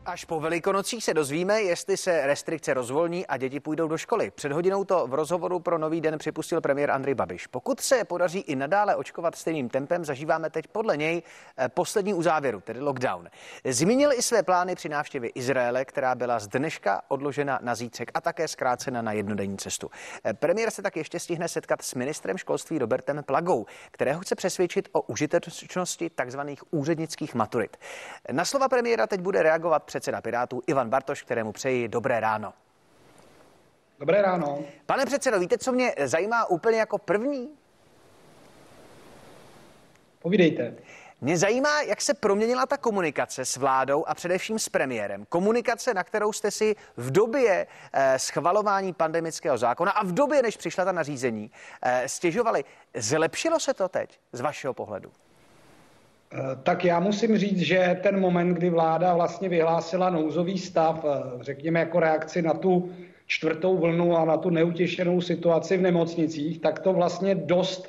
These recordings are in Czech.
Až po Velikonocích se dozvíme, jestli se restrikce rozvolní a děti půjdou do školy. Před hodinou to v rozhovoru pro Nový den připustil premiér Andrej Babiš. Pokud se podaří i nadále očkovat stejným tempem, zažíváme teď podle něj poslední uzávěru, tedy lockdown. Zmínil i své plány při návštěvě Izraele, která byla z dneška odložena na zítřek a také zkrácena na jednodenní cestu. Premiér se tak ještě stihne setkat s ministrem školství Robertem Plagou, kterého chce přesvědčit o užitečnosti takzvaných úřednických maturit. Na slova premiéra teď bude reagovat předseda Pirátů Ivan Bartoš, kterému přeji dobré ráno. Dobré ráno. Pane předsedo, víte, co mě zajímá úplně jako první? Povídejte. Mě zajímá, jak se proměnila ta komunikace s vládou a především s premiérem. Komunikace, na kterou jste si v době schvalování pandemického zákona a v době, než přišla ta nařízení, stěžovali. Zlepšilo se to teď z vašeho pohledu? Tak já musím říct, že ten moment, kdy vláda vlastně vyhlásila nouzový stav, řekněme jako reakci na tu čtvrtou vlnu a na tu neutěšenou situaci v nemocnicích, tak to vlastně dost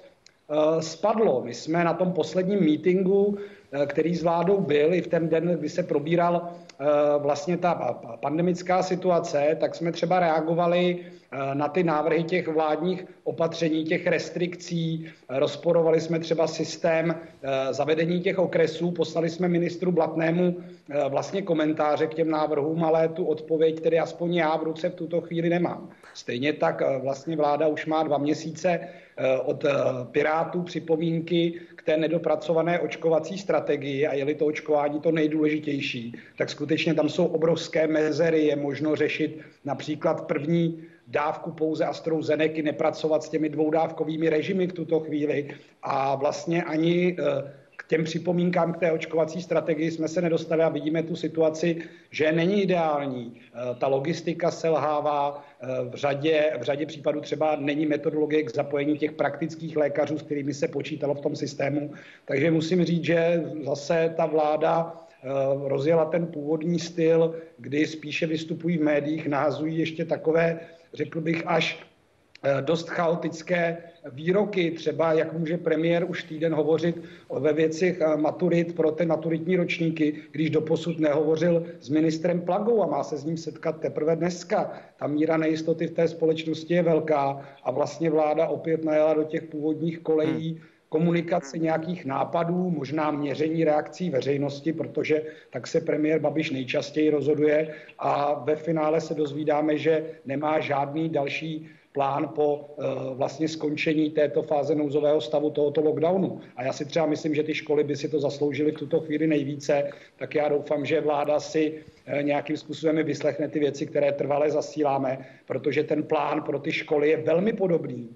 spadlo. My jsme na tom posledním mítinku, který s vládou byl, i v ten den, kdy se probíral vlastně ta pandemická situace, tak jsme třeba reagovali na ty návrhy těch vládních opatření, těch restrikcí. Rozporovali jsme třeba systém zavedení těch okresů, poslali jsme ministru Blatnému vlastně komentáře k těm návrhům, ale tu odpověď tedy aspoň já v ruce v tuto chvíli nemám. Stejně tak vlastně vláda už má 2 měsíce od Pirátů připomínky k té nedopracované očkovací strategii a je-li to očkování to nejdůležitější, tak skutečně tam jsou obrovské mezery, je možno řešit například první dávku pouze AstraZenecy, nepracovat s těmi dvoudávkovými režimy v tuto chvíli a vlastně ani k těm připomínkám k té očkovací strategii jsme se nedostali a vidíme tu situaci, že není ideální. Ta logistika selhává, v řadě případů třeba není metodologie k zapojení těch praktických lékařů, s kterými se počítalo v tom systému. Takže musím říct, že zase ta vláda rozjela ten původní styl, kdy spíše vystupují v médiích, nahazují ještě takové, řekl bych, až dost chaotické výroky, třeba jak může premiér už týden hovořit ve věcech maturit pro ty maturitní ročníky, když doposud nehovořil s ministrem Plagou a má se s ním setkat teprve dneska. Ta míra nejistoty v té společnosti je velká a vlastně vláda opět najela do těch původních kolejí komunikace nějakých nápadů, možná měření reakcí veřejnosti, protože tak se premiér Babiš nejčastěji rozhoduje a ve finále se dozvídáme, že nemá žádný další plán po vlastně skončení této fáze nouzového stavu, tohoto lockdownu. A já si třeba myslím, že ty školy by si to zasloužily v tuto chvíli nejvíce, tak já doufám, že vláda si nějakým způsobem vyslechne ty věci, které trvale zasíláme, protože ten plán pro ty školy je velmi podobný,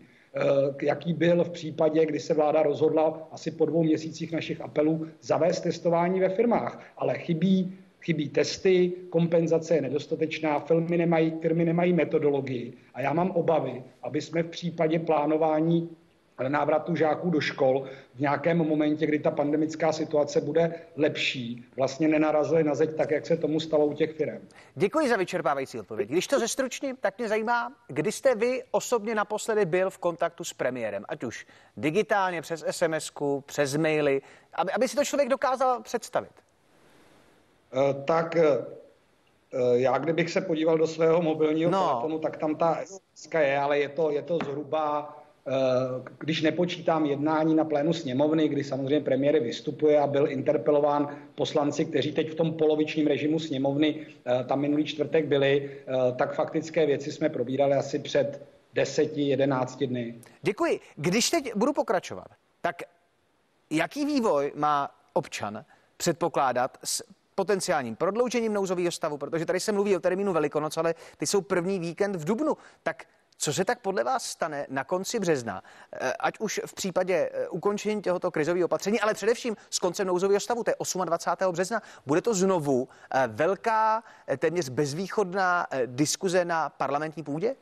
jaký byl v případě, kdy se vláda rozhodla asi po 2 měsících našich apelů zavést testování ve firmách. Ale chybí testy, kompenzace je nedostatečná, firmy nemají metodologii. A já mám obavy, aby jsme v případě plánování návratu žáků do škol v nějakém momentě, kdy ta pandemická situace bude lepší, vlastně nenarazili na zeď tak, jak se tomu stalo u těch firem. Děkuji za vyčerpávající odpověď. Když to zestručním, tak mě zajímá, kdy jste vy osobně naposledy byl v kontaktu s premiérem, ať už digitálně, přes SMS-ku, přes maily, aby si to člověk dokázal představit. Tak já kdybych se podíval do svého mobilního telefonu, tak tam ta SMS je, ale je to zhruba, když nepočítám jednání na plénu sněmovny, kdy samozřejmě premiér vystupuje a byl interpelován poslanci, kteří teď v tom polovičním režimu sněmovny tam minulý čtvrtek byli, tak faktické věci jsme probírali asi před 10-11 dny. Děkuji. Když teď budu pokračovat, tak jaký vývoj má občan předpokládat s potenciálním prodloužením nouzového stavu, protože tady se mluví o termínu Velikonoc, ale ty jsou první víkend v dubnu. Tak co se tak podle vás stane na konci března, ať už v případě ukončení tohoto krizového opatření, ale především s koncem nouzového stavu, to je 28. března, bude to znovu velká, téměř bezvýchodná diskuze na parlamentní půdě?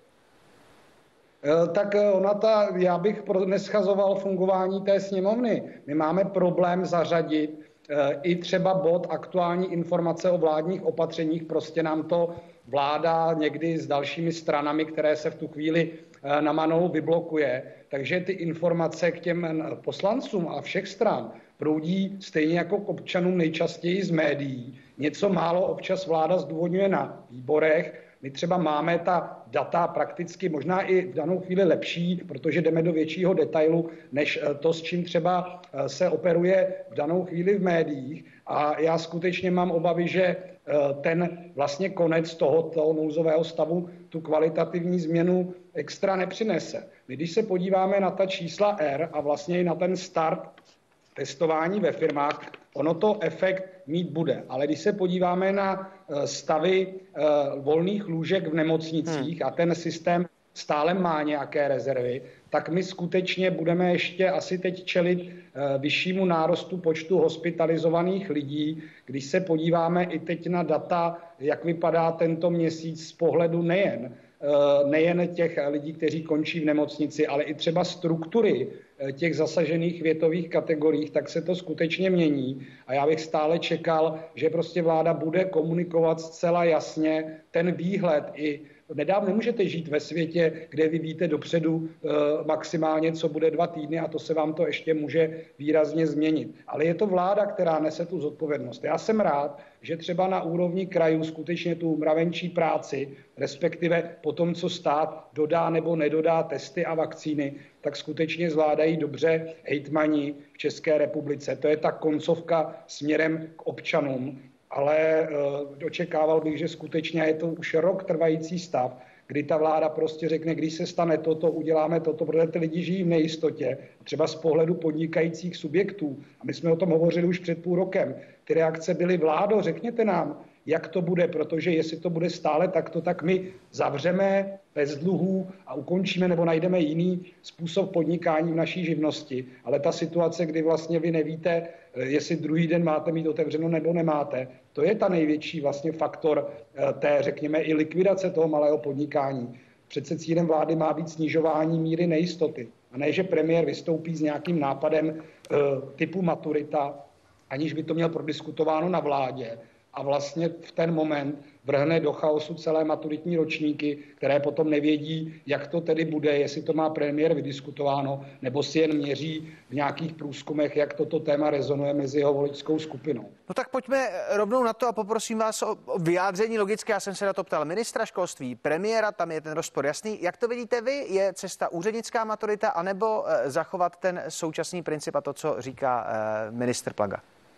Tak já bych neschazoval fungování té sněmovny. My máme problém zařadit i třeba bod aktuální informace o vládních opatřeních, prostě nám to vláda někdy s dalšími stranami, které se v tu chvíli namanou, vyblokuje. Takže ty informace k těm poslancům a všech stran proudí stejně jako k občanům nejčastěji z médií. Něco málo občas vláda zdůvodňuje na výborech. My třeba máme ta data prakticky možná i v danou chvíli lepší, protože jdeme do většího detailu, než to, s čím třeba se operuje v danou chvíli v médiích. A já skutečně mám obavy, že ten vlastně konec tohoto nouzového stavu tu kvalitativní změnu extra nepřinese. My když se podíváme na ta čísla R a vlastně i na ten start testování ve firmách, ono to efekt mít bude. Ale když se podíváme na stavy volných lůžek v nemocnicích a ten systém stále má nějaké rezervy, tak my skutečně budeme ještě asi teď čelit vyššímu nárostu počtu hospitalizovaných lidí. Když se podíváme i teď na data, jak vypadá tento měsíc z pohledu nejen těch lidí, kteří končí v nemocnici, ale i třeba struktury těch zasažených věkových kategorií, tak se to skutečně mění. A já bych stále čekal, že prostě vláda bude komunikovat zcela jasně ten výhled i nemůžete žít ve světě, kde vy víte dopředu maximálně, co bude 2 týdny a to se vám to ještě může výrazně změnit. Ale je to vláda, která nese tu zodpovědnost. Já jsem rád, že třeba na úrovni krajů skutečně tu mravenčí práci, respektive po tom, co stát dodá nebo nedodá testy a vakcíny, tak skutečně zvládají dobře hejtmani v České republice. To je ta koncovka směrem k občanům. Ale očekával bych, že skutečně je to už rok trvající stav, kdy ta vláda prostě řekne, když se stane toto, uděláme toto, protože ty lidi žijí v nejistotě, třeba z pohledu podnikajících subjektů. A my jsme o tom hovořili už před půl rokem. Ty reakce byly: vládo, řekněte nám, jak to bude, protože jestli to bude stále takto, tak my zavřeme bez dluhů a ukončíme nebo najdeme jiný způsob podnikání v naší živnosti. Ale ta situace, kdy vlastně vy nevíte, jestli druhý den máte mít otevřeno nebo nemáte, to je ta největší vlastně faktor té, řekněme, i likvidace toho malého podnikání. Přece cílem vlády má být snižování míry nejistoty. A ne, že premiér vystoupí s nějakým nápadem typu maturita, aniž by to měl prodiskutováno na vládě, a vlastně v ten moment vrhne do chaosu celé maturitní ročníky, které potom nevědí, jak to tedy bude, jestli to má premiér vydiskutováno, nebo si jen měří v nějakých průzkumech, jak toto téma rezonuje mezi jeho voličskou skupinou. No tak pojďme rovnou na to a poprosím vás o vyjádření logické. Já jsem se na to ptal ministra školství, premiéra, tam je ten rozpor jasný. Jak to vidíte vy? Je cesta úřednická maturita, anebo zachovat ten současný princip a to, co říká ministr Plaga?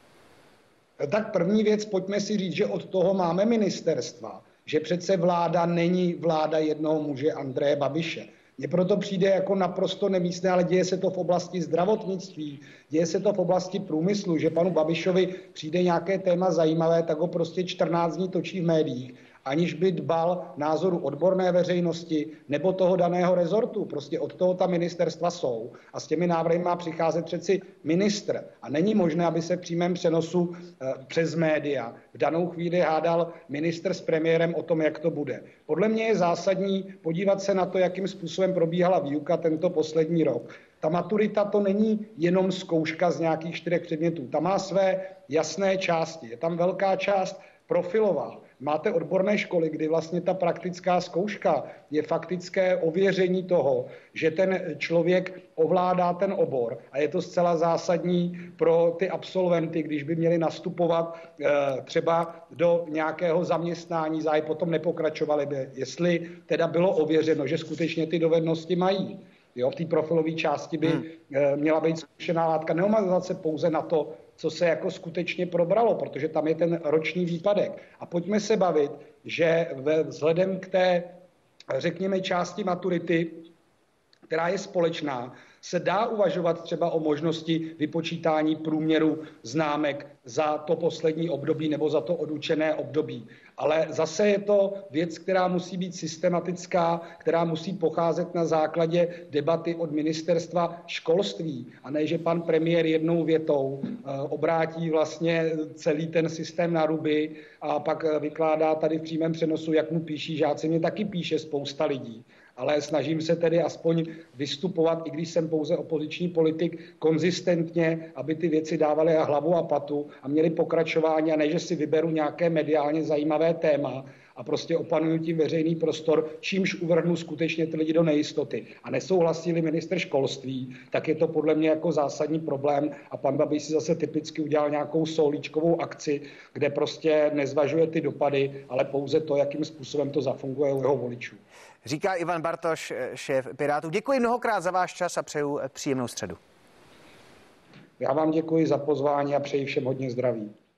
Tak první věc, pojďme si říct, že od toho máme ministerstva, že přece vláda není vláda jednoho muže Andreje Babiše. Mně proto přijde jako naprosto nemístné, ale děje se to v oblasti zdravotnictví, děje se to v oblasti průmyslu, že panu Babišovi přijde nějaké téma zajímavé, tak ho prostě 14 dní točí v médiích, aniž by dbal názoru odborné veřejnosti nebo toho daného rezortu. Prostě od toho ta ministerstva jsou. A s těmi návrhy má přicházet přeci ministr. A není možné, aby se v přímém přenosu přes média v danou chvíli hádal ministr s premiérem o tom, jak to bude. Podle mě je zásadní podívat se na to, jakým způsobem probíhala výuka tento poslední rok. Ta maturita to není jenom zkouška z nějakých 4 předmětů. Ta má své jasné části. Je tam velká část profilová. Máte odborné školy, kdy vlastně ta praktická zkouška je faktické ověření toho, že ten člověk ovládá ten obor. A je to zcela zásadní pro ty absolventy, když by měli nastupovat třeba do nějakého zaměstnání, zájem potom nepokračovali by, jestli teda bylo ověřeno, že skutečně ty dovednosti mají. Jo, v té profilové části by měla být zkušená látka, neomazovat se pouze na to, co se jako skutečně probralo, protože tam je ten roční výpadek. A pojďme se bavit, že vzhledem k té, řekněme, části maturity, která je společná, se dá uvažovat třeba o možnosti vypočítání průměru známek za to poslední období nebo za to odučené období. Ale zase je to věc, která musí být systematická, která musí pocházet na základě debaty od ministerstva školství. A ne, že pan premiér jednou větou obrátí vlastně celý ten systém na ruby a pak vykládá tady v přímém přenosu, jak mu píší žáci. Mě taky píše spousta lidí. Ale snažím se tedy aspoň vystupovat, i když jsem pouze opoziční politik, konzistentně, aby ty věci dávaly hlavu a patu a měly pokračování, a ne, že si vyberu nějaké mediálně zajímavé téma a prostě opanuju tím veřejný prostor, čímž uvrhnu skutečně ty lidi do nejistoty. A nesouhlasí-li ministr školství, tak je to podle mě jako zásadní problém a pan Babiš si zase typicky udělal nějakou solíčkovou akci, kde prostě nezvažuje ty dopady, ale pouze to, jakým způsobem to zafunguje u jeho voličů. Říká Ivan Bartoš, šéf Pirátů. Děkuji mnohokrát za váš čas a přeju příjemnou středu. Já vám děkuji za pozvání a přeji všem hodně zdraví.